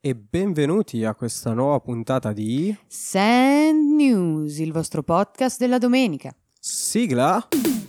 E benvenuti a questa nuova puntata di Sand News, il vostro podcast della domenica. Sigla.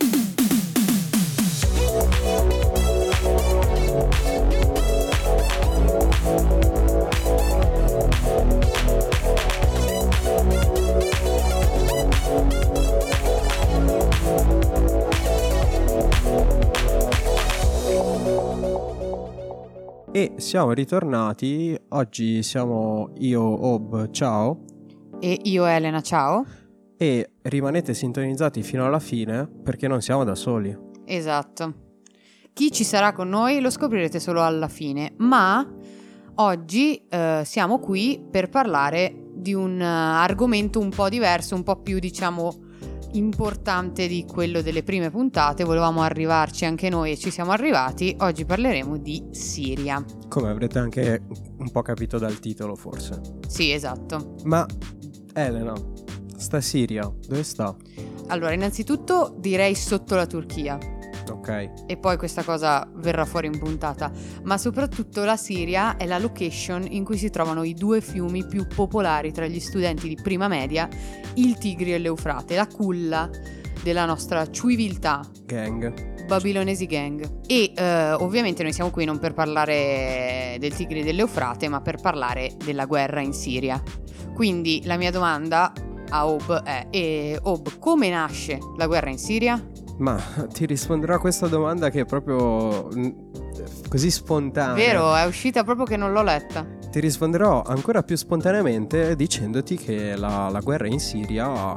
E siamo ritornati, oggi siamo io, Ob, ciao. E io, Elena, ciao. E rimanete sintonizzati fino alla fine perché non siamo da soli. Esatto. Chi ci sarà con noi lo scoprirete solo alla fine, ma oggi siamo qui per parlare di un argomento un po' diverso, un po' più, diciamo, importante di quello delle prime puntate. Volevamo arrivarci anche noi e ci siamo arrivati. Oggi parleremo di Siria. Come avrete anche un po' capito dal titolo, forse. Sì, esatto. Ma Elena, sta Siria, dove sta? Allora, innanzitutto direi sotto la Turchia. Ok. E poi questa cosa verrà fuori in puntata. Ma soprattutto la Siria è la location in cui si trovano i due fiumi più popolari tra gli studenti di prima media, il Tigri e l'Eufrate, la culla della nostra civiltà Gang. babilonesi gang. E ovviamente noi siamo qui non per parlare del Tigri e dell'Eufrate, ma per parlare della guerra in Siria. Quindi la mia domanda a Ob è: Ob, come nasce la guerra in Siria? Ma ti risponderò a questa domanda che è proprio così spontanea. Vero, è uscita proprio che non l'ho letta. Ti risponderò ancora più spontaneamente dicendoti che la guerra in Siria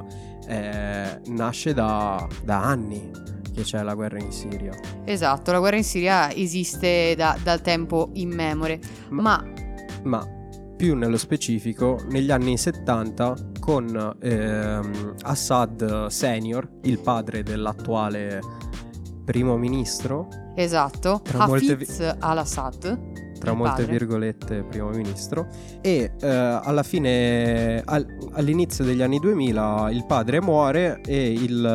nasce da anni che c'è la guerra in Siria. Esatto, la guerra in Siria esiste dal tempo immemore, ma più nello specifico negli anni 70 con Assad senior, il padre dell'attuale primo ministro. esatto, Hafez al-Assad, tra molte virgolette primo ministro, e alla fine all'inizio degli anni 2000 il padre muore e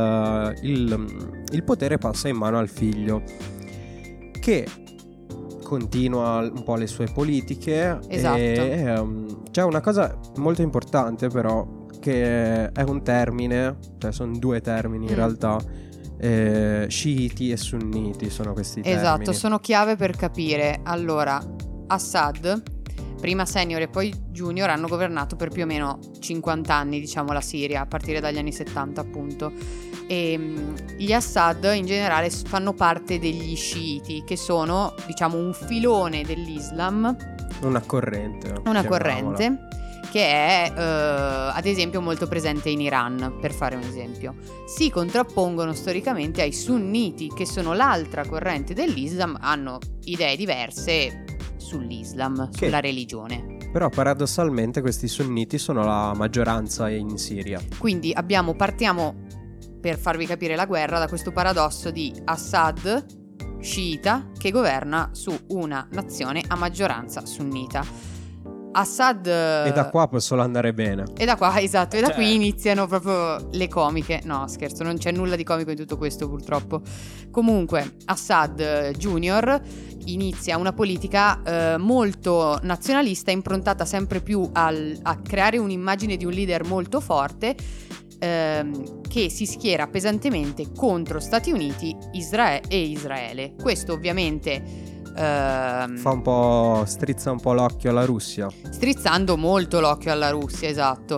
il potere passa in mano al figlio, che continua un po' le sue politiche. Esatto. E c'è una cosa molto importante però, che è un termine, cioè sono due termini in realtà. Sciiti e sunniti sono questi termini. Esatto, sono chiave per capire. Allora, Assad, prima senior e poi junior, hanno governato per più o meno 50 anni, diciamo, la Siria, a partire dagli anni 70 appunto. E gli Assad in generale fanno parte degli sciiti, che sono, diciamo, un filone dell'Islam. Una corrente Che è ad esempio molto presente in Iran, per fare un esempio. Si contrappongono storicamente ai sunniti, che sono l'altra corrente dell'Islam, hanno idee diverse sull'Islam, sulla religione. Però paradossalmente questi sunniti sono la maggioranza in Siria. Quindi partiamo, per farvi capire la guerra, da questo paradosso di Assad, sciita, che governa su una nazione a maggioranza sunnita. Assad, e da qua può solo andare bene. E da qua, esatto, e da qui iniziano proprio le comiche. No, scherzo, non c'è nulla di comico in tutto questo, purtroppo. Comunque, Assad Junior inizia una politica molto nazionalista, improntata sempre più a creare un'immagine di un leader molto forte, che si schiera pesantemente contro Stati Uniti e Israele. Questo ovviamente strizza un po' l'occhio alla Russia. Strizzando molto l'occhio alla Russia, esatto.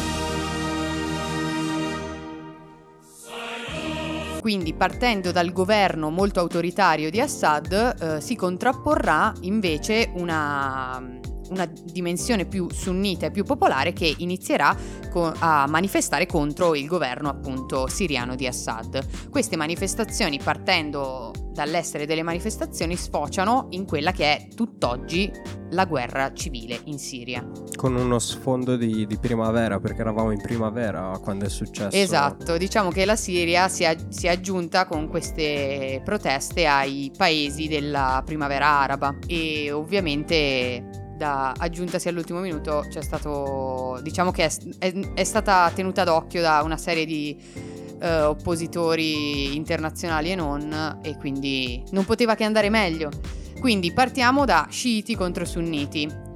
Quindi, partendo dal governo molto autoritario di Assad, si contrapporrà invece una dimensione più sunnita e più popolare, che inizierà a manifestare contro il governo appunto siriano di Assad. Queste manifestazioni, partendo dall'essere delle manifestazioni, sfociano in quella che è tutt'oggi la guerra civile in Siria. Con uno sfondo di primavera, perché eravamo in primavera quando è successo. Esatto, diciamo che la Siria si è aggiunta con queste proteste ai paesi della primavera araba, e ovviamente da aggiuntasi all'ultimo minuto c'è stato, diciamo che è stata tenuta d'occhio da una serie di oppositori internazionali e non, e quindi non poteva che andare meglio. Quindi partiamo da sciiti contro sunniti.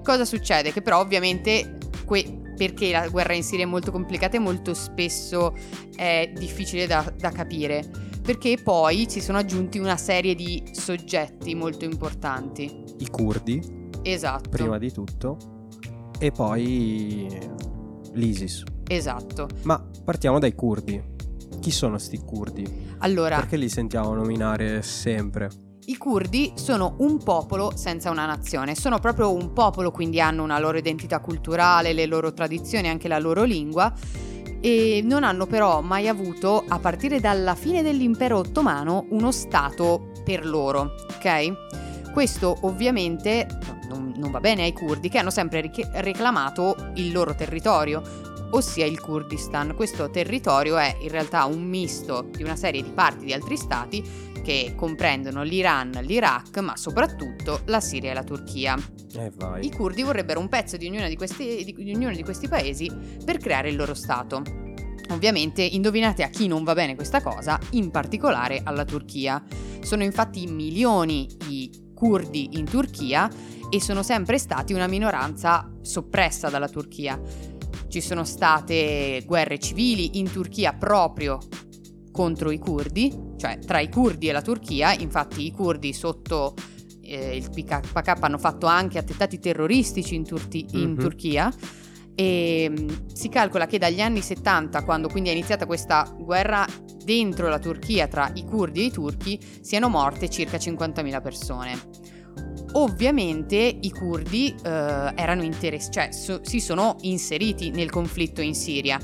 Cosa succede? Che però ovviamente perché la guerra in Siria è molto complicata e molto spesso è difficile da capire, perché poi ci sono aggiunti una serie di soggetti molto importanti. I curdi, esatto, prima di tutto, e poi l'ISIS. Esatto. Ma partiamo dai curdi. Chi sono sti curdi? Allora, perché li sentiamo nominare sempre? I curdi sono un popolo senza una nazione, sono proprio un popolo, quindi hanno una loro identità culturale, le loro tradizioni, anche la loro lingua, e non hanno però mai avuto, a partire dalla fine dell'impero ottomano, uno stato per loro, ok? Questo ovviamente non va bene ai curdi, che hanno sempre reclamato il loro territorio, ossia il Kurdistan. Questo territorio è in realtà un misto di una serie di parti di altri stati che comprendono l'Iran, l'Iraq, ma soprattutto la Siria e la Turchia. Vai. I curdi vorrebbero un pezzo di ognuno di questi paesi per creare il loro stato. Ovviamente indovinate a chi non va bene questa cosa, in particolare alla Turchia. Sono infatti milioni i curdi in Turchia e sono sempre stati una minoranza soppressa dalla Turchia. Ci sono state guerre civili in Turchia proprio contro i curdi, cioè tra i curdi e la Turchia. Infatti i curdi sotto il PKK hanno fatto anche attentati terroristici in Turchia, e si calcola che dagli anni 70, quando quindi è iniziata questa guerra dentro la Turchia tra i curdi e i turchi, siano morte circa 50.000 persone. Ovviamente i curdi erano si sono inseriti nel conflitto in Siria.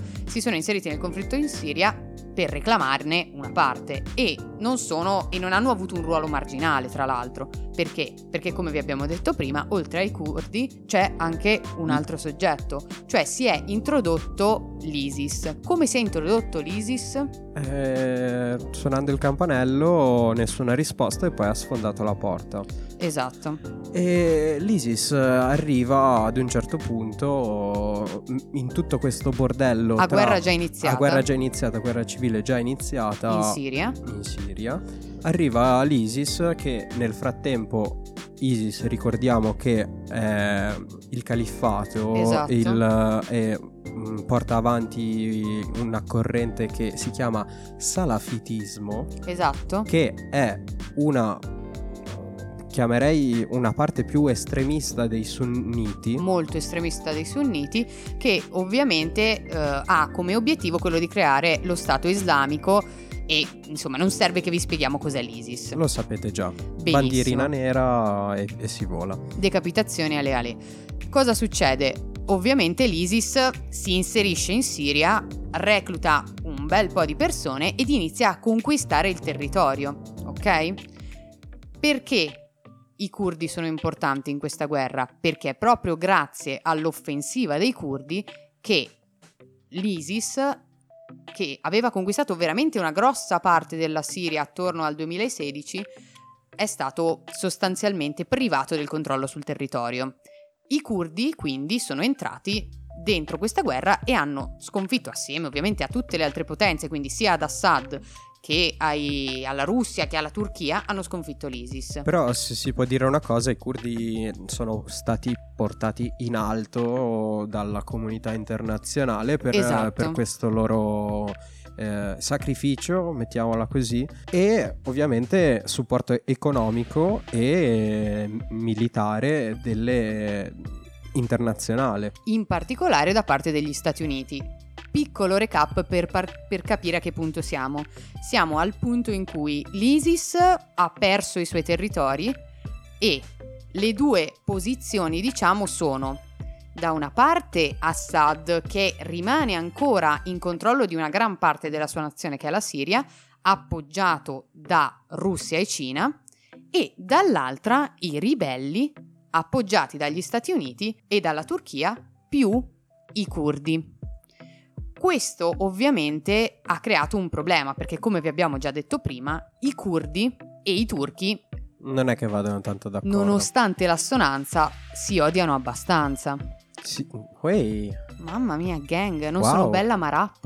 Per reclamarne una parte e non hanno avuto un ruolo marginale, tra l'altro. Perché? Perché, come vi abbiamo detto prima, oltre ai curdi c'è anche un altro soggetto, cioè si è introdotto l'ISIS. Come si è introdotto l'ISIS? Suonando il campanello, nessuna risposta e poi ha sfondato la porta. Esatto. E l'ISIS arriva ad un certo punto in tutto questo bordello. Guerra già iniziata, guerra civile già iniziata in Siria. Arriva l'ISIS, che nel frattempo ISIS, ricordiamo che è il califfato, esatto. Porta avanti una corrente che si chiama salafitismo, esatto, che è chiamerei una parte più estremista dei sunniti, molto estremista dei sunniti, che ovviamente ha come obiettivo quello di creare lo Stato islamico. E insomma non serve che vi spieghiamo cos'è l'ISIS, lo sapete già. Benissimo. Bandierina nera e si vola. Decapitazioni ale. Cosa succede? Ovviamente l'ISIS si inserisce in Siria, recluta un bel po' di persone ed inizia a conquistare il territorio, ok? Perché i curdi sono importanti in questa guerra? Perché è proprio grazie all'offensiva dei curdi che l'ISIS, che aveva conquistato veramente una grossa parte della Siria attorno al 2016, è stato sostanzialmente privato del controllo sul territorio. I curdi quindi sono entrati dentro questa guerra e hanno sconfitto, assieme ovviamente a tutte le altre potenze, quindi sia ad Assad che alla Russia che alla Turchia, hanno sconfitto l'ISIS. Però se si può dire una cosa, i curdi sono stati portati in alto dalla comunità internazionale per questo loro sacrificio, mettiamola così, e ovviamente supporto economico e militare internazionale, in particolare da parte degli Stati Uniti. Piccolo recap per capire a che punto siamo. Siamo al punto in cui l'ISIS ha perso i suoi territori e le due posizioni, diciamo, sono da una parte Assad, che rimane ancora in controllo di una gran parte della sua nazione, che è la Siria, appoggiato da Russia e Cina, e dall'altra i ribelli appoggiati dagli Stati Uniti e dalla Turchia più i curdi. Questo ovviamente ha creato un problema, perché come vi abbiamo già detto prima, i curdi e i turchi non è che vadano tanto d'accordo. Nonostante l'assonanza, si odiano abbastanza. Sì. Mamma mia, gang, non wow. sono bella ma rappo.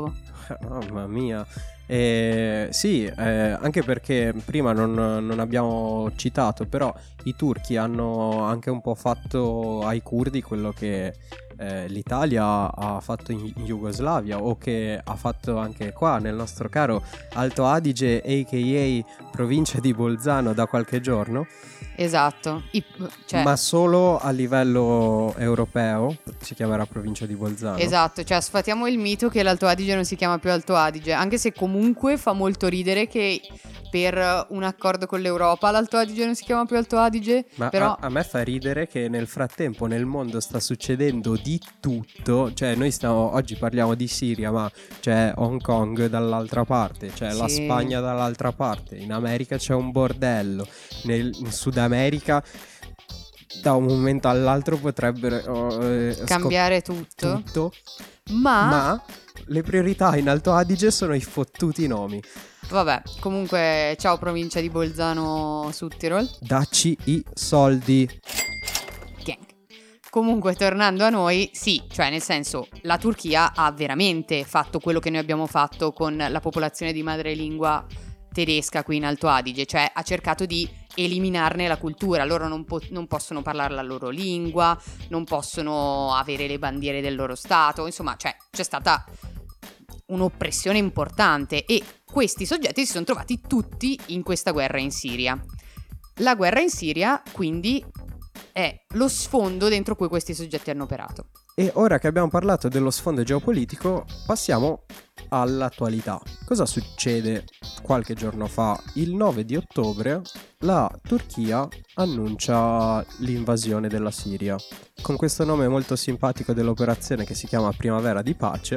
Mamma mia. Sì, anche perché prima non abbiamo citato, però i turchi hanno anche un po' fatto ai curdi quello che l'Italia ha fatto in Jugoslavia, o che ha fatto anche qua nel nostro caro Alto Adige, a.k.a. provincia di Bolzano, da qualche giorno. Esatto, ma solo a livello europeo si chiamerà provincia di Bolzano. Esatto, cioè sfatiamo il mito che l'Alto Adige non si chiama più Alto Adige, anche se comunque fa molto ridere che per un accordo con l'Europa l'Alto Adige non si chiama più Alto Adige. Ma però a me fa ridere che nel frattempo nel mondo sta succedendo di tutto. Cioè noi oggi parliamo di Siria, ma c'è Hong Kong dall'altra parte, c'è la Spagna dall'altra parte, in America c'è un bordello, in Sud America da un momento all'altro potrebbero cambiare tutto. Ma le priorità in Alto Adige sono i fottuti nomi. Vabbè, comunque ciao provincia di Bolzano Südtirol, dacci i soldi. Gang. Comunque tornando a noi, sì, cioè nel senso la Turchia ha veramente fatto quello che noi abbiamo fatto con la popolazione di madrelingua tedesca qui in Alto Adige, cioè ha cercato di eliminarne la cultura. Loro non possono parlare la loro lingua, non possono avere le bandiere del loro stato, insomma, cioè c'è stata un'oppressione importante e questi soggetti si sono trovati tutti in questa guerra in Siria. La guerra in Siria quindi è lo sfondo dentro cui questi soggetti hanno operato. E ora che abbiamo parlato dello sfondo geopolitico, passiamo all'attualità. Cosa succede? Qualche giorno fa, il 9 di ottobre, la Turchia annuncia l'invasione della Siria. Con questo nome molto simpatico dell'operazione che si chiama Primavera di Pace.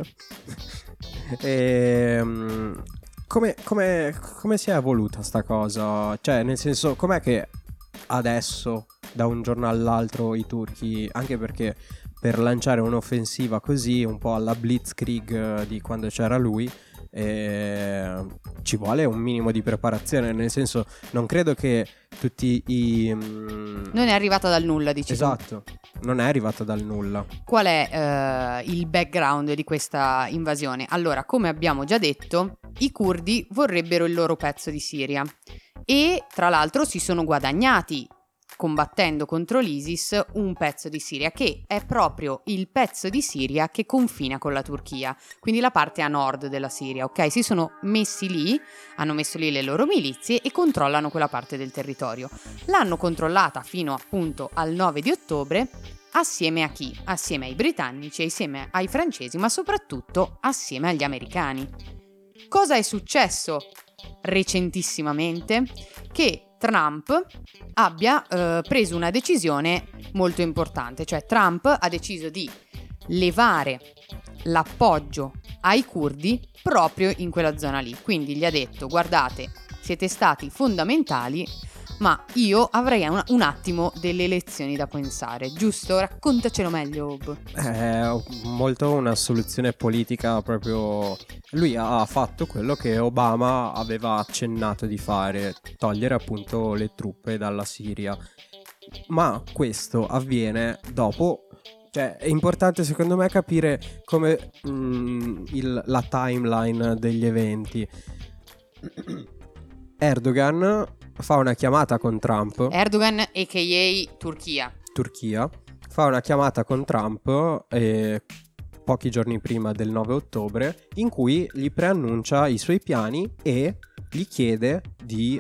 Come si è evoluta sta cosa? Cioè, nel senso, com'è che adesso, da un giorno all'altro, i turchi, anche perché per lanciare un'offensiva così, un po' alla Blitzkrieg di quando c'era lui, ci vuole un minimo di preparazione, nel senso, non credo che tutti non è arrivata dal nulla, dici. Esatto, non è arrivata dal nulla. Qual è il background di questa invasione? Allora, come abbiamo già detto, i curdi vorrebbero il loro pezzo di Siria e tra l'altro si sono guadagnati, combattendo contro l'ISIS, un pezzo di Siria che è proprio il pezzo di Siria che confina con la Turchia, quindi la parte a nord della Siria, ok? Si sono messi lì, hanno messo lì le loro milizie e controllano quella parte del territorio. L'hanno controllata fino appunto al 9 di ottobre, assieme a chi? Assieme ai britannici, assieme ai francesi, ma soprattutto assieme agli americani. Cosa è successo recentissimamente? Che Trump abbia preso una decisione molto importante, cioè Trump ha deciso di levare l'appoggio ai curdi proprio in quella zona lì, quindi gli ha detto: guardate, siete stati fondamentali, ma io avrei un attimo delle lezioni da pensare, giusto? Raccontacelo meglio, Bob. È molto una soluzione politica proprio. Lui ha fatto quello che Obama aveva accennato di fare, togliere appunto le truppe dalla Siria. Ma questo avviene dopo. Cioè, è importante secondo me capire come la timeline degli eventi. Erdogan fa una chiamata con Trump. Erdogan a.k.a. Turchia fa una chiamata con Trump pochi giorni prima del 9 ottobre, in cui gli preannuncia i suoi piani e gli chiede di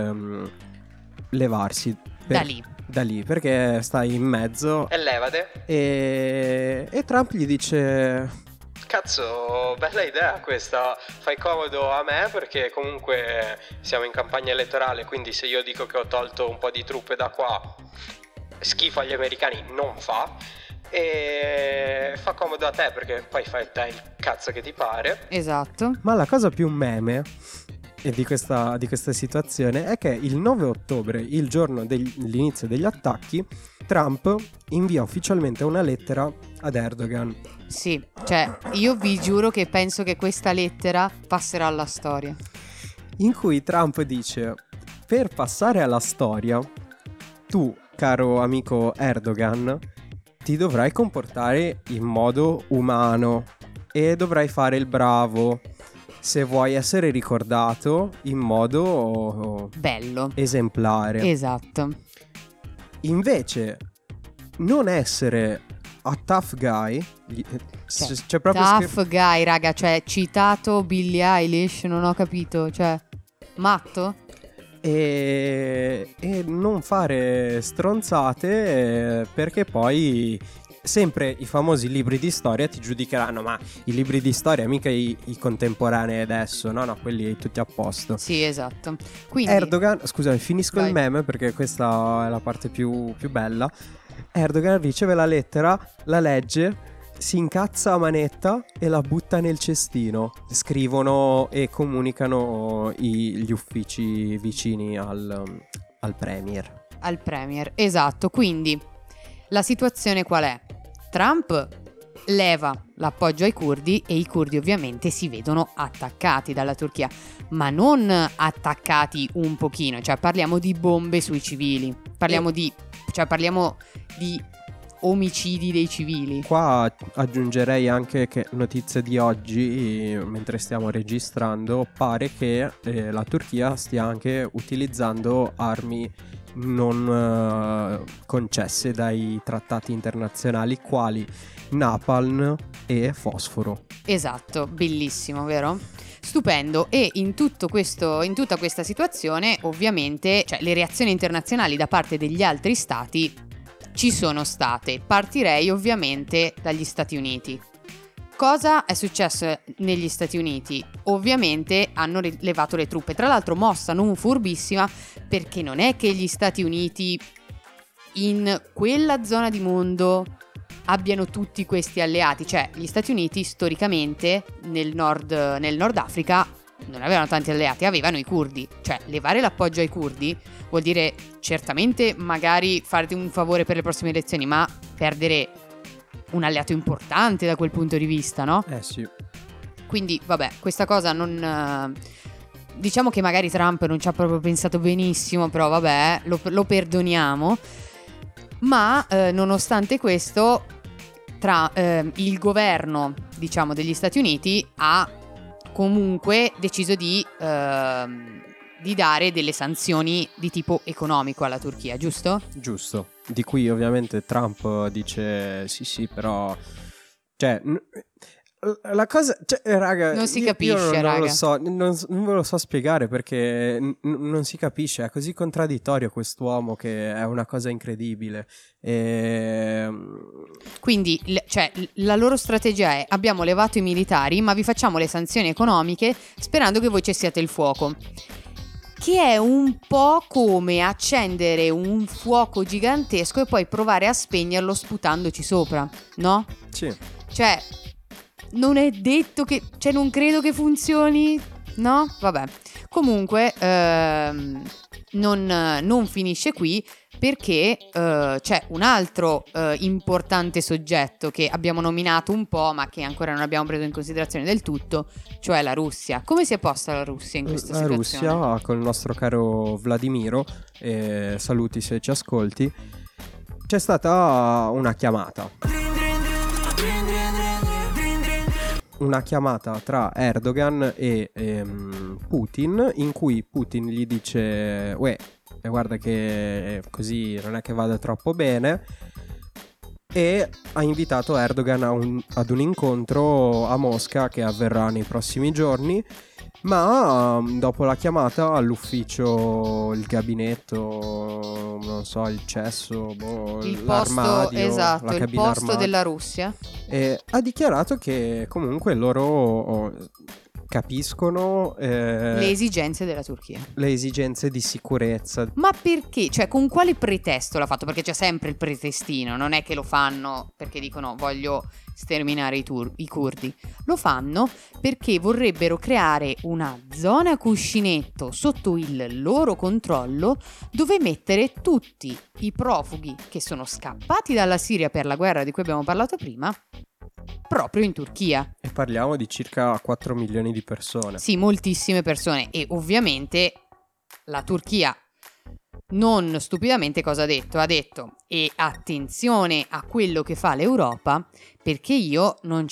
levarsi da lì perché sta in mezzo e levate. E Trump gli dice: cazzo, bella idea questa, fai comodo a me perché comunque siamo in campagna elettorale, quindi se io dico che ho tolto un po' di truppe da qua, schifo agli americani non fa, e fa comodo a te perché poi fai te il cazzo che ti pare. Esatto. Ma la cosa più meme di questa situazione è che il 9 ottobre, il giorno dell'inizio degli attacchi, Trump invia ufficialmente una lettera ad Erdogan. Sì, cioè io vi giuro che penso che questa lettera passerà alla storia, in cui Trump dice: per passare alla storia, tu, caro amico Erdogan, ti dovrai comportare in modo umano e dovrai fare il bravo. se vuoi essere ricordato in modo bello, esemplare. Esatto. Invece non essere a tough guy, c'è proprio tough guy, raga, cioè citato Billie Eilish, non ho capito, cioè matto? E non fare stronzate, perché poi sempre i famosi libri di storia ti giudicheranno, ma i libri di storia mica i contemporanei adesso, no, quelli tutti a posto. Sì, esatto. Quindi Erdogan, scusami, finisco il meme perché questa è la parte più bella. Erdogan riceve la lettera, la legge, si incazza a manetta e la butta nel cestino. Scrivono e comunicano gli uffici vicini al premier. Al premier, esatto. Quindi la situazione qual è? Trump leva l'appoggio ai curdi e i curdi ovviamente si vedono attaccati dalla Turchia, ma non attaccati un pochino, cioè parliamo di bombe sui civili, parliamo di omicidi dei civili. Qua aggiungerei anche che notizia di oggi, mentre stiamo registrando, pare che la Turchia stia anche utilizzando armi non concesse dai trattati internazionali, quali napalm e fosforo. Esatto, bellissimo, vero? Stupendo. E in tutta questa situazione, ovviamente, cioè, le reazioni internazionali da parte degli altri stati ci sono state. Partirei ovviamente dagli Stati Uniti. Cosa è successo negli Stati Uniti? Ovviamente hanno levato le truppe, tra l'altro mossa non furbissima, perché non è che gli Stati Uniti in quella zona di mondo abbiano tutti questi alleati, cioè gli Stati Uniti storicamente nel Nord Africa non avevano tanti alleati, avevano i curdi, cioè levare l'appoggio ai curdi vuol dire certamente magari farti un favore per le prossime elezioni, ma perdere un alleato importante da quel punto di vista, no? Sì. Quindi vabbè, questa cosa non diciamo che magari Trump non ci ha proprio pensato benissimo, però vabbè, lo perdoniamo. Ma nonostante questo, il governo, diciamo, degli Stati Uniti ha comunque deciso di dare delle sanzioni di tipo economico alla Turchia, giusto? Giusto. Di cui ovviamente Trump dice sì, però cioè la cosa, cioè, raga, non si capisce, io non raga. lo so, non ve lo so spiegare perché non si capisce, è così contraddittorio quest'uomo che è una cosa incredibile. Quindi cioè, la loro strategia è: abbiamo levato i militari, ma vi facciamo le sanzioni economiche sperando che voi cessiate il fuoco. Che è un po' come accendere un fuoco gigantesco e poi provare a spegnerlo sputandoci sopra, no? Sì. Cioè, non è detto che... cioè, non credo che funzioni, no? Vabbè. Comunque, non finisce qui, perché c'è un altro importante soggetto che abbiamo nominato un po', ma che ancora non abbiamo preso in considerazione del tutto, cioè la Russia. Come si è posta la Russia in questa situazione? La Russia, con il nostro caro Vladimiro, saluti se ci ascolti, c'è stata una chiamata tra Erdogan e Putin, in cui Putin gli dice: uè, guarda che così non è che vada troppo bene, e ha invitato Erdogan ad un incontro a Mosca che avverrà nei prossimi giorni. Ma dopo la chiamata all'ufficio, il gabinetto, non so, il cesso, il l'armadio, posto, esatto, la il cabina posto armadio, della Russia, ha dichiarato che comunque loro capiscono le esigenze della Turchia, le esigenze di sicurezza. Ma perché? Cioè, con quale pretesto l'ha fatto? Perché c'è sempre il pretestino, non è che lo fanno perché dicono voglio sterminare i curdi. Lo fanno perché vorrebbero creare una zona cuscinetto sotto il loro controllo, dove mettere tutti i profughi che sono scappati dalla Siria per la guerra di cui abbiamo parlato prima, proprio in Turchia. E parliamo di circa 4 milioni di persone. Sì, moltissime persone. E ovviamente la Turchia non stupidamente cosa ha detto? Ha detto: e attenzione a quello che fa l'Europa, perché io non ci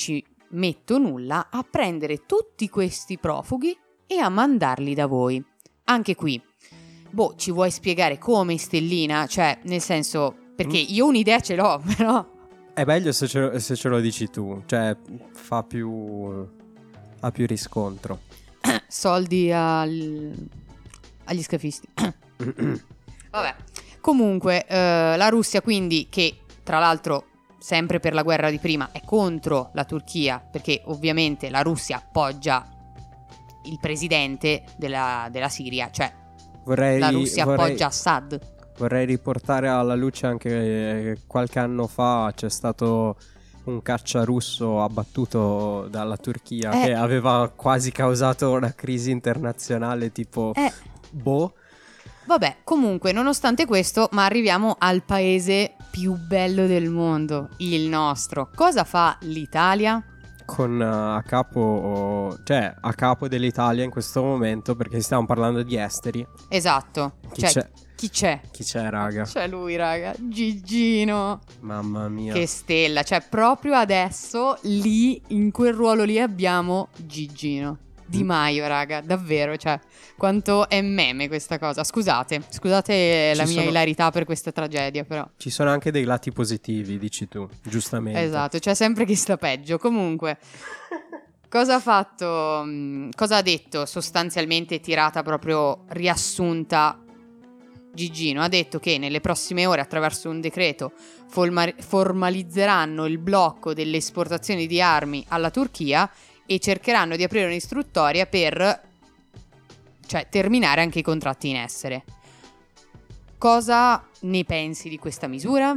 metto nulla a prendere tutti questi profughi e a mandarli da voi. Anche qui, ci vuoi spiegare come, Stellina? Cioè, nel senso, perché io un'idea ce l'ho, però... È meglio se ce lo dici tu, cioè ha più riscontro. Soldi agli scafisti. Vabbè, comunque la Russia quindi, che tra l'altro sempre per la guerra di prima è contro la Turchia, perché ovviamente la Russia appoggia il presidente della Siria, cioè la Russia appoggia Assad. Vorrei riportare alla luce anche qualche anno fa c'è stato un caccia russo abbattuto dalla Turchia che aveva quasi causato una crisi internazionale tipo Vabbè, comunque, nonostante questo, ma arriviamo al paese più bello del mondo, il nostro. Cosa fa l'Italia? Con a capo dell'Italia in questo momento, perché stiamo parlando di esteri. Esatto. Chi c'è? Chi c'è, raga? C'è lui, raga. Gigino. Mamma mia. Che stella. Cioè, proprio adesso, lì, in quel ruolo lì, abbiamo Gigino. Di Maio, raga, davvero, cioè, quanto è meme questa cosa. Scusate la mia ilarità per questa tragedia, però. Ci sono anche dei lati positivi, dici tu, giustamente. Esatto, c'è sempre chi sta peggio. Comunque, cosa ha fatto, cosa ha detto sostanzialmente, tirata proprio riassunta Gigino? Ha detto che nelle prossime ore, attraverso un decreto, formalizzeranno il blocco delle esportazioni di armi alla Turchia e cercheranno di aprire un'istruttoria per terminare anche i contratti in essere. Cosa ne pensi di questa misura?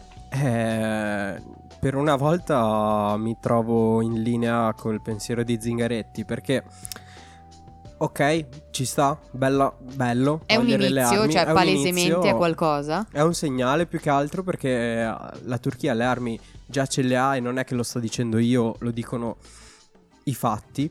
Per una volta mi trovo in linea col pensiero di Zingaretti, perché ok, ci sta, bello. È un inizio, cioè palesemente è qualcosa. È un segnale più che altro, perché la Turchia le armi già ce le ha, e non è che lo sto dicendo io, lo dicono i fatti,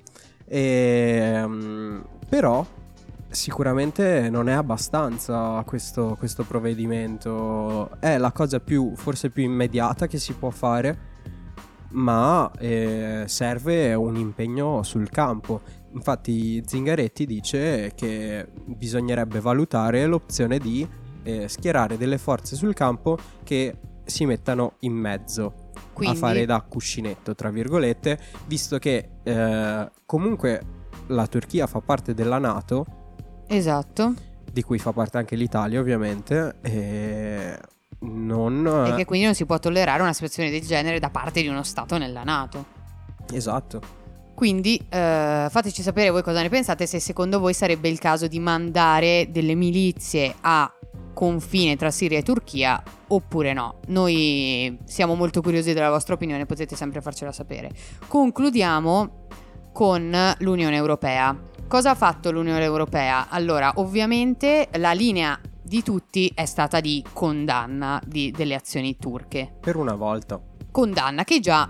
però sicuramente non è abbastanza questo provvedimento. È la cosa forse più immediata che si può fare, ma serve un impegno sul campo. Infatti Zingaretti dice che bisognerebbe valutare l'opzione di schierare delle forze sul campo che si mettano in mezzo, quindi a fare da cuscinetto, tra virgolette, visto che comunque la Turchia fa parte della NATO. Esatto. Di cui fa parte anche l'Italia, ovviamente, e che quindi non si può tollerare una situazione del genere da parte di uno Stato nella NATO. Esatto. Quindi fateci sapere voi cosa ne pensate, se secondo voi sarebbe il caso di mandare delle milizie a confine tra Siria e Turchia oppure no. Noi siamo molto curiosi della vostra opinione, potete sempre farcela sapere. Concludiamo con l'Unione Europea. Cosa ha fatto l'Unione Europea? Allora, ovviamente la linea di tutti è stata di condanna delle azioni turche. Per una volta. Condanna che già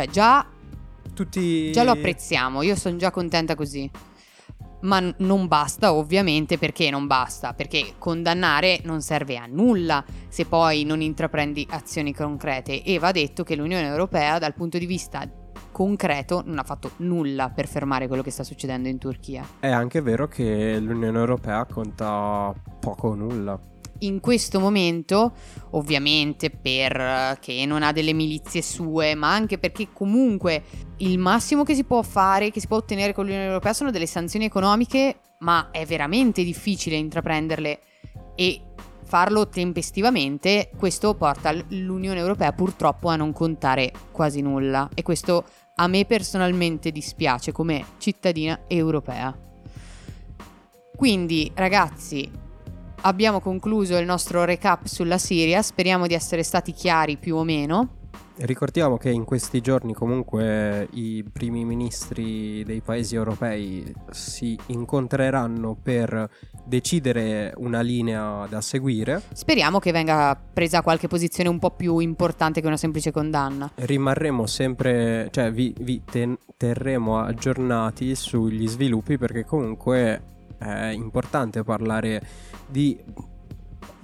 lo apprezziamo, io sono già contenta così. Ma non basta, ovviamente. Perché non basta? Perché condannare non serve a nulla se poi non intraprendi azioni concrete, e va detto che l'Unione Europea dal punto di vista concreto non ha fatto nulla per fermare quello che sta succedendo in Turchia. È anche vero che l'Unione Europea conta poco o nulla in questo momento, ovviamente perché non ha delle milizie sue, ma anche perché comunque il massimo che si può fare, che si può ottenere con l'Unione Europea, sono delle sanzioni economiche, ma è veramente difficile intraprenderle e farlo tempestivamente. Questo porta l'Unione Europea purtroppo a non contare quasi nulla, e questo a me personalmente dispiace come cittadina europea. Quindi ragazzi, abbiamo concluso il nostro recap sulla Siria, speriamo di essere stati chiari più o meno. Ricordiamo che in questi giorni comunque i primi ministri dei paesi europei si incontreranno per decidere una linea da seguire. Speriamo che venga presa qualche posizione un po' più importante che una semplice condanna. Rimarremo sempre, cioè vi terremo aggiornati sugli sviluppi, perché comunque è importante parlare di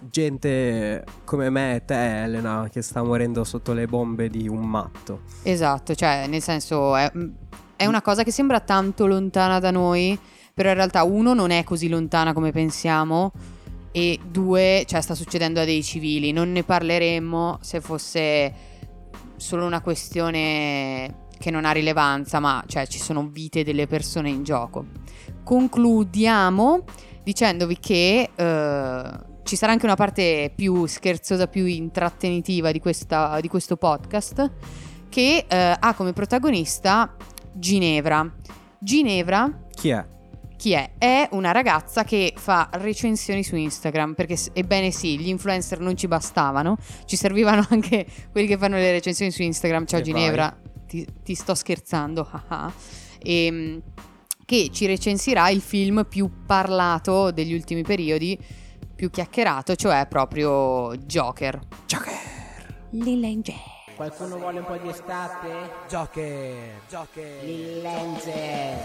gente come me e te, Elena, che sta morendo sotto le bombe di un matto. Esatto, cioè nel senso è una cosa che sembra tanto lontana da noi, però in realtà uno non è così lontana come pensiamo, e due, cioè sta succedendo a dei civili. Non ne parleremmo se fosse solo una questione che non ha rilevanza, ma cioè ci sono vite delle persone in gioco. Concludiamo dicendovi che ci sarà anche una parte più scherzosa, più intrattenitiva di questo podcast, che ha come protagonista Ginevra. Ginevra chi è? È una ragazza che fa recensioni su Instagram, perché ebbene sì, gli influencer non ci bastavano, ci servivano anche quelli che fanno le recensioni su Instagram. Ciao Ginevra, ti sto scherzando, che ci recensirà il film più parlato degli ultimi periodi, più chiacchierato, cioè proprio Joker. Lil Angel. Qualcuno vuole un po' di estate? Joker. Lil Angel.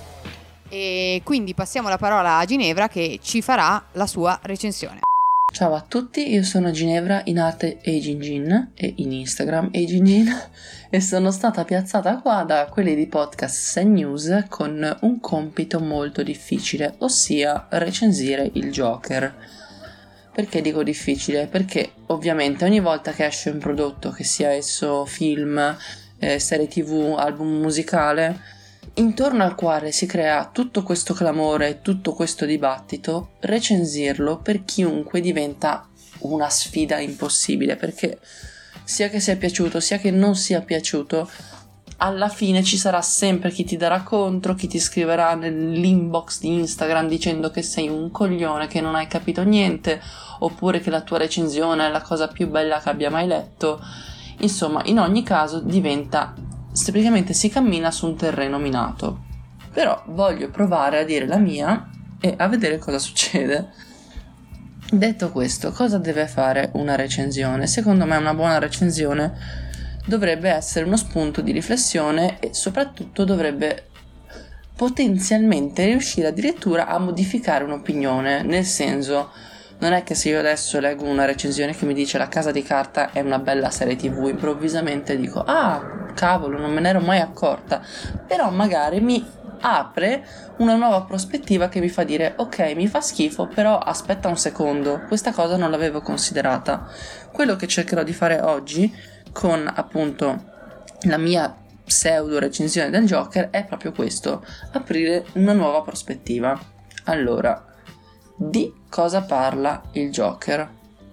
E quindi passiamo la parola a Ginevra, che ci farà la sua recensione. Ciao a tutti, io sono Ginevra, in arte Agingin e in Instagram Agingin, e sono stata piazzata qua da quelli di podcast Sad News con un compito molto difficile, ossia recensire il Joker. Perché dico difficile? Perché ovviamente ogni volta che esce un prodotto, che sia esso film, serie TV, album musicale, intorno al quale si crea tutto questo clamore, tutto questo dibattito, recensirlo per chiunque diventa una sfida impossibile, perché sia che sia piaciuto sia che non sia piaciuto, alla fine ci sarà sempre chi ti darà contro, chi ti scriverà nell'inbox di Instagram dicendo che sei un coglione, che non hai capito niente, oppure che la tua recensione è la cosa più bella che abbia mai letto. Insomma, in ogni caso diventa, praticamente si cammina su un terreno minato. Però voglio provare a dire la mia e a vedere cosa succede. Detto questo, cosa deve fare una recensione? Secondo me una buona recensione dovrebbe essere uno spunto di riflessione e soprattutto dovrebbe potenzialmente riuscire addirittura a modificare un'opinione. Nel senso, non è che se io adesso leggo una recensione che mi dice La Casa di Carta è una bella serie TV, improvvisamente dico cavolo, non me ne ero mai accorta, però magari mi apre una nuova prospettiva che mi fa dire ok, mi fa schifo, però aspetta un secondo, questa cosa non l'avevo considerata. Quello che cercherò di fare oggi con appunto la mia pseudo recensione del Joker è proprio questo: aprire una nuova prospettiva. Allora, di cosa parla il Joker?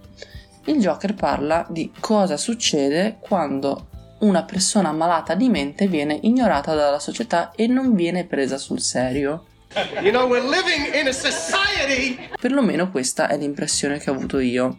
Il Joker parla di cosa succede quando una persona malata di mente viene ignorata dalla società e non viene presa sul serio. You know, we're living in a society. Perlomeno questa è l'impressione che ho avuto io.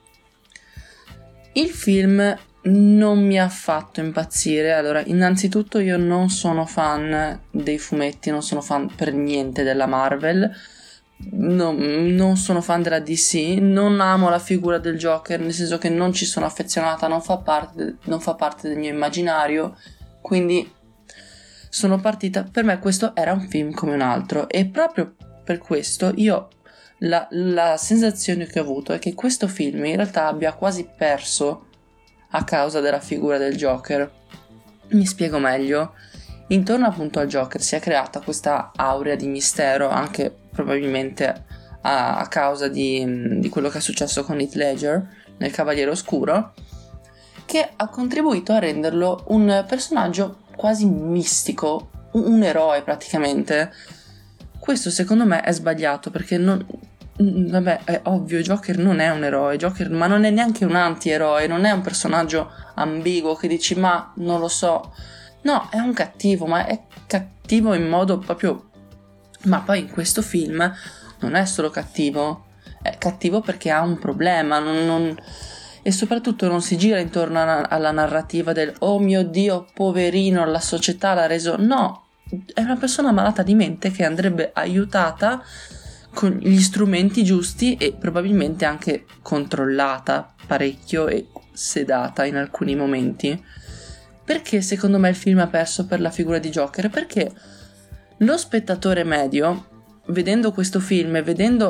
Il film non mi ha fatto impazzire. Allora, innanzitutto io non sono fan dei fumetti, non sono fan per niente della Marvel, non sono fan della DC, non amo la figura del Joker, nel senso che non ci sono affezionata, non fa parte del mio immaginario, quindi sono partita, per me questo era un film come un altro, e proprio per questo io la sensazione che ho avuto è che questo film in realtà abbia quasi perso a causa della figura del Joker. Mi spiego meglio. Intorno appunto al Joker si è creata questa aurea di mistero, anche probabilmente a causa di quello che è successo con Heath Ledger nel Cavaliere Oscuro, che ha contribuito a renderlo un personaggio quasi mistico, un eroe praticamente. Questo secondo me è sbagliato, perché vabbè, è ovvio, Joker non è un eroe, ma non è neanche un antieroe, non è un personaggio ambiguo che dici ma non lo so. No, è un cattivo, ma è cattivo in modo proprio... Ma poi in questo film non è solo cattivo, è cattivo perché ha un problema, e soprattutto non si gira intorno alla narrativa del oh mio Dio, poverino, la società l'ha reso... No, è una persona malata di mente che andrebbe aiutata con gli strumenti giusti e probabilmente anche controllata parecchio e sedata in alcuni momenti. Perché secondo me il film ha perso per la figura di Joker? Perché lo spettatore medio, vedendo questo film e vedendo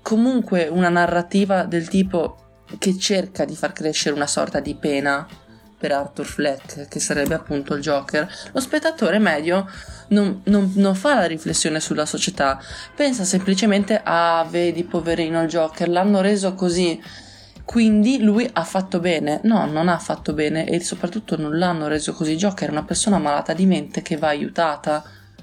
comunque una narrativa del tipo che cerca di far crescere una sorta di pena per Arthur Fleck, che sarebbe appunto il Joker, lo spettatore medio non fa la riflessione sulla società, pensa semplicemente vedi poverino il Joker, l'hanno reso così, quindi lui ha fatto bene. No, non ha fatto bene, e soprattutto non l'hanno reso così. Joker è una persona malata di mente che va aiutata.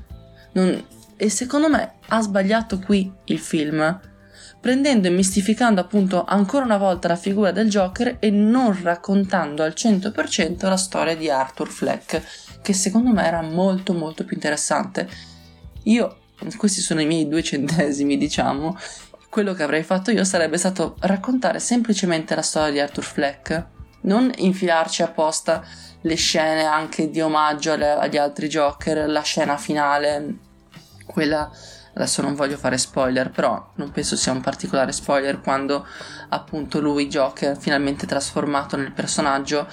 E secondo me ha sbagliato qui il film, prendendo e mistificando appunto ancora una volta la figura del Joker e non raccontando al 100% la storia di Arthur Fleck, che secondo me era molto molto più interessante. Questi sono i miei 2 centesimi, diciamo. Quello che avrei fatto io sarebbe stato raccontare semplicemente la storia di Arthur Fleck, non infilarci apposta le scene anche di omaggio agli altri Joker, la scena finale, quella, adesso non voglio fare spoiler, però non penso sia un particolare spoiler, quando appunto lui, Joker, finalmente trasformato nel personaggio,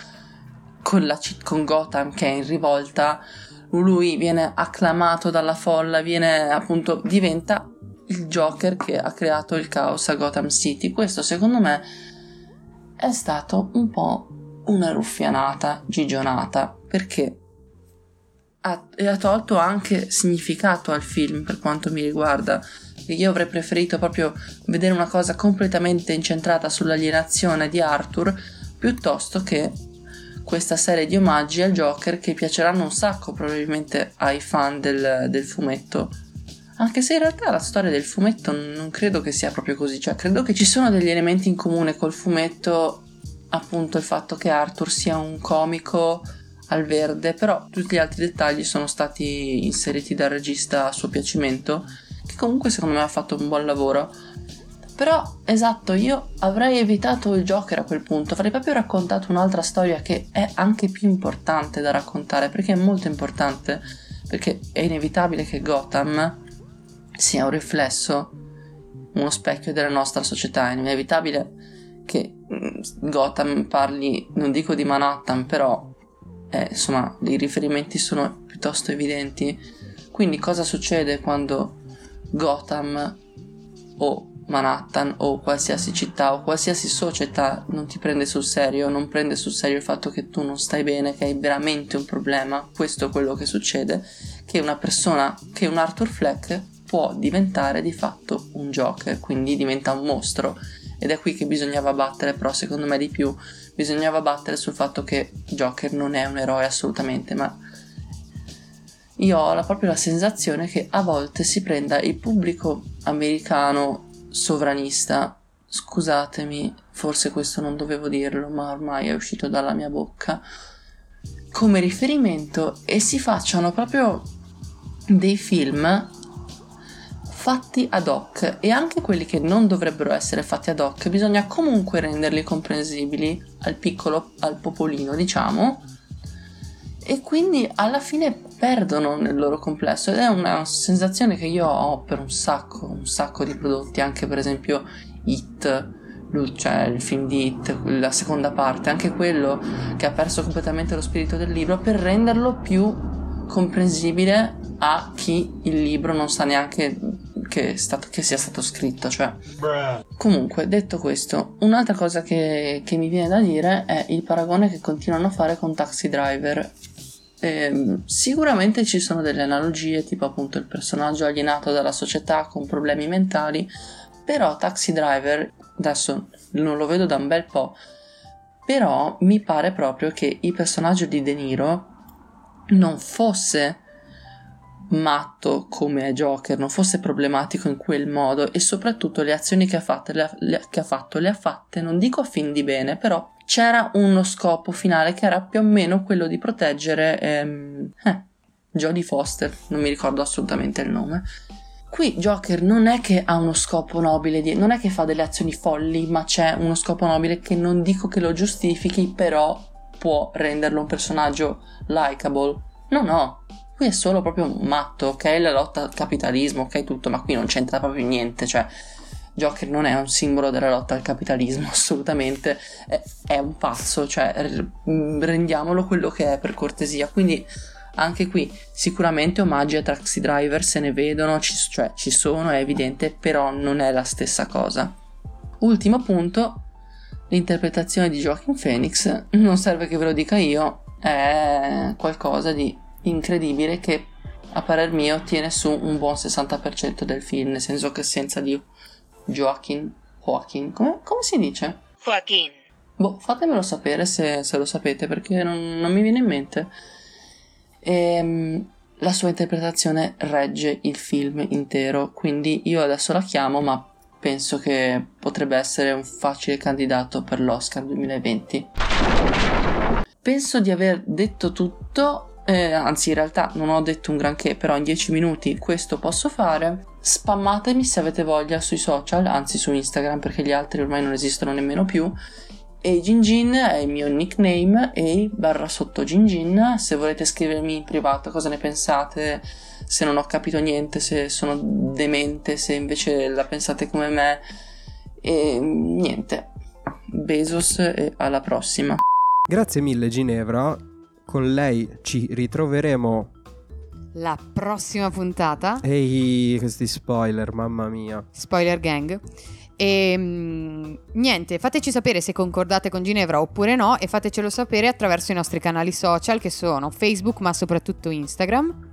con Gotham che è in rivolta, lui viene acclamato dalla folla, diventa il Joker che ha creato il caos a Gotham City. Questo secondo me è stato un po' una ruffianata gigionata, perché ha tolto anche significato al film per quanto mi riguarda. Io avrei preferito proprio vedere una cosa completamente incentrata sull'alienazione di Arthur, piuttosto che questa serie di omaggi al Joker che piaceranno un sacco probabilmente ai fan del fumetto. Anche se in realtà la storia del fumetto non credo che sia proprio così, cioè credo che ci sono degli elementi in comune col fumetto, appunto il fatto che Arthur sia un comico al verde, però tutti gli altri dettagli sono stati inseriti dal regista a suo piacimento, che comunque secondo me ha fatto un buon lavoro. Però esatto, io avrei evitato il Joker a quel punto, avrei proprio raccontato un'altra storia che è anche più importante da raccontare, perché è molto importante, perché è inevitabile che Gotham sia un riflesso, uno specchio della nostra società. È inevitabile che Gotham parli, non dico di Manhattan, però insomma i riferimenti sono piuttosto evidenti. Quindi cosa succede quando Gotham o Manhattan o qualsiasi città o qualsiasi società non ti prende sul serio, non prende sul serio il fatto che tu non stai bene, che hai veramente un problema? Questo è quello che succede, che una persona, che un Arthur Fleck può diventare di fatto un Joker, quindi diventa un mostro. Ed è qui che bisognava battere, però secondo me di più bisognava battere sul fatto che Joker non è un eroe assolutamente, ma io ho proprio la sensazione che a volte si prenda il pubblico americano sovranista, scusatemi, forse questo non dovevo dirlo, ma ormai è uscito dalla mia bocca, come riferimento, e si facciano proprio dei film fatti ad hoc, e anche quelli che non dovrebbero essere fatti ad hoc bisogna comunque renderli comprensibili al popolino, diciamo, e quindi alla fine perdono nel loro complesso, ed è una sensazione che io ho per un sacco di prodotti, anche per esempio It, cioè il film di It, la seconda parte, anche quello che ha perso completamente lo spirito del libro per renderlo più comprensibile a chi il libro non sa neanche che sia stato scritto, cioè. Comunque, detto questo, un'altra cosa che mi viene da dire è il paragone che continuano a fare con Taxi Driver. Sicuramente ci sono delle analogie, tipo appunto il personaggio alienato dalla società con problemi mentali, però Taxi Driver, adesso non lo vedo da un bel po', però mi pare proprio che il personaggio di De Niro non fosse matto come è Joker, non fosse problematico in quel modo, e soprattutto le azioni che ha fatto le ha fatte, non dico a fin di bene, però c'era uno scopo finale che era più o meno quello di proteggere Jodie Foster, non mi ricordo assolutamente il nome. Qui Joker non è che ha uno scopo nobile, non è che fa delle azioni folli, ma c'è uno scopo nobile che non dico che lo giustifichi, però può renderlo un personaggio likable. No, qui è solo proprio un matto, ok? La lotta al capitalismo, ok, tutto, ma qui non c'entra proprio niente, cioè Joker non è un simbolo della lotta al capitalismo, assolutamente, è un pazzo, cioè rendiamolo quello che è, per cortesia. Quindi Anche qui sicuramente omaggi a Taxi Driver se ne vedono, ci sono, è evidente, però non è la stessa cosa. Ultimo punto, l'interpretazione di Joaquin Phoenix, non serve che ve lo dica io, è qualcosa di incredibile che a parer mio tiene su un buon 60% del film, nel senso che senza di Joaquin, come si dice? Joaquin. Fatemelo sapere se lo sapete, perché non mi viene in mente. La sua interpretazione regge il film intero, quindi io adesso la chiamo, ma penso che potrebbe essere un facile candidato per l'Oscar 2020. Penso di aver detto tutto. Anzi, in realtà non ho detto un granché, però in 10 minuti questo posso fare. Spammatemi se avete voglia sui social, anzi su Instagram, perché gli altri ormai non esistono nemmeno più. E Gingin è il mio nickname, /Gingin. Se volete scrivermi in privato cosa ne pensate, se non ho capito niente, se sono demente, se invece la pensate come me. E niente, Bezos e alla prossima. Grazie mille Ginevra. Con lei ci ritroveremo la prossima puntata. Ehi, questi spoiler, mamma mia. Spoiler gang. E niente, fateci sapere se concordate con Ginevra oppure no, e fatecelo sapere attraverso i nostri canali social, che sono Facebook ma soprattutto Instagram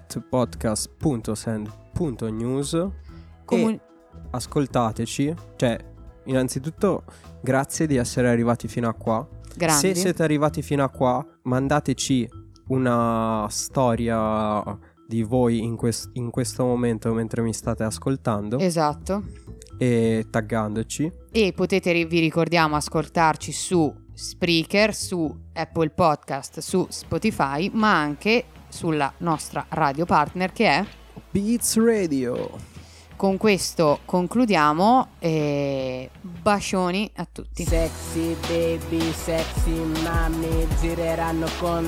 @podcast.send.news. E ascoltateci. Cioè, innanzitutto grazie di essere arrivati fino a qua. Grandi. Se siete arrivati fino a qua, mandateci una storia di voi in questo momento mentre mi state ascoltando. Esatto. E taggandoci. E potete, vi ricordiamo, ascoltarci su Spreaker, su Apple Podcast, su Spotify, ma anche sulla nostra radio partner che è Beats Radio. Con questo concludiamo e bacioni a tutti. Sexy baby, sexy mami, gireranno con.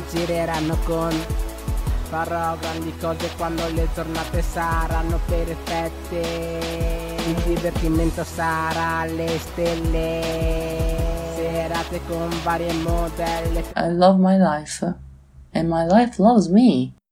Farò grandi cose quando le giornate saranno perfette. Il divertimento sarà alle stelle. Serate con varie modelle. I love my life and my life loves me.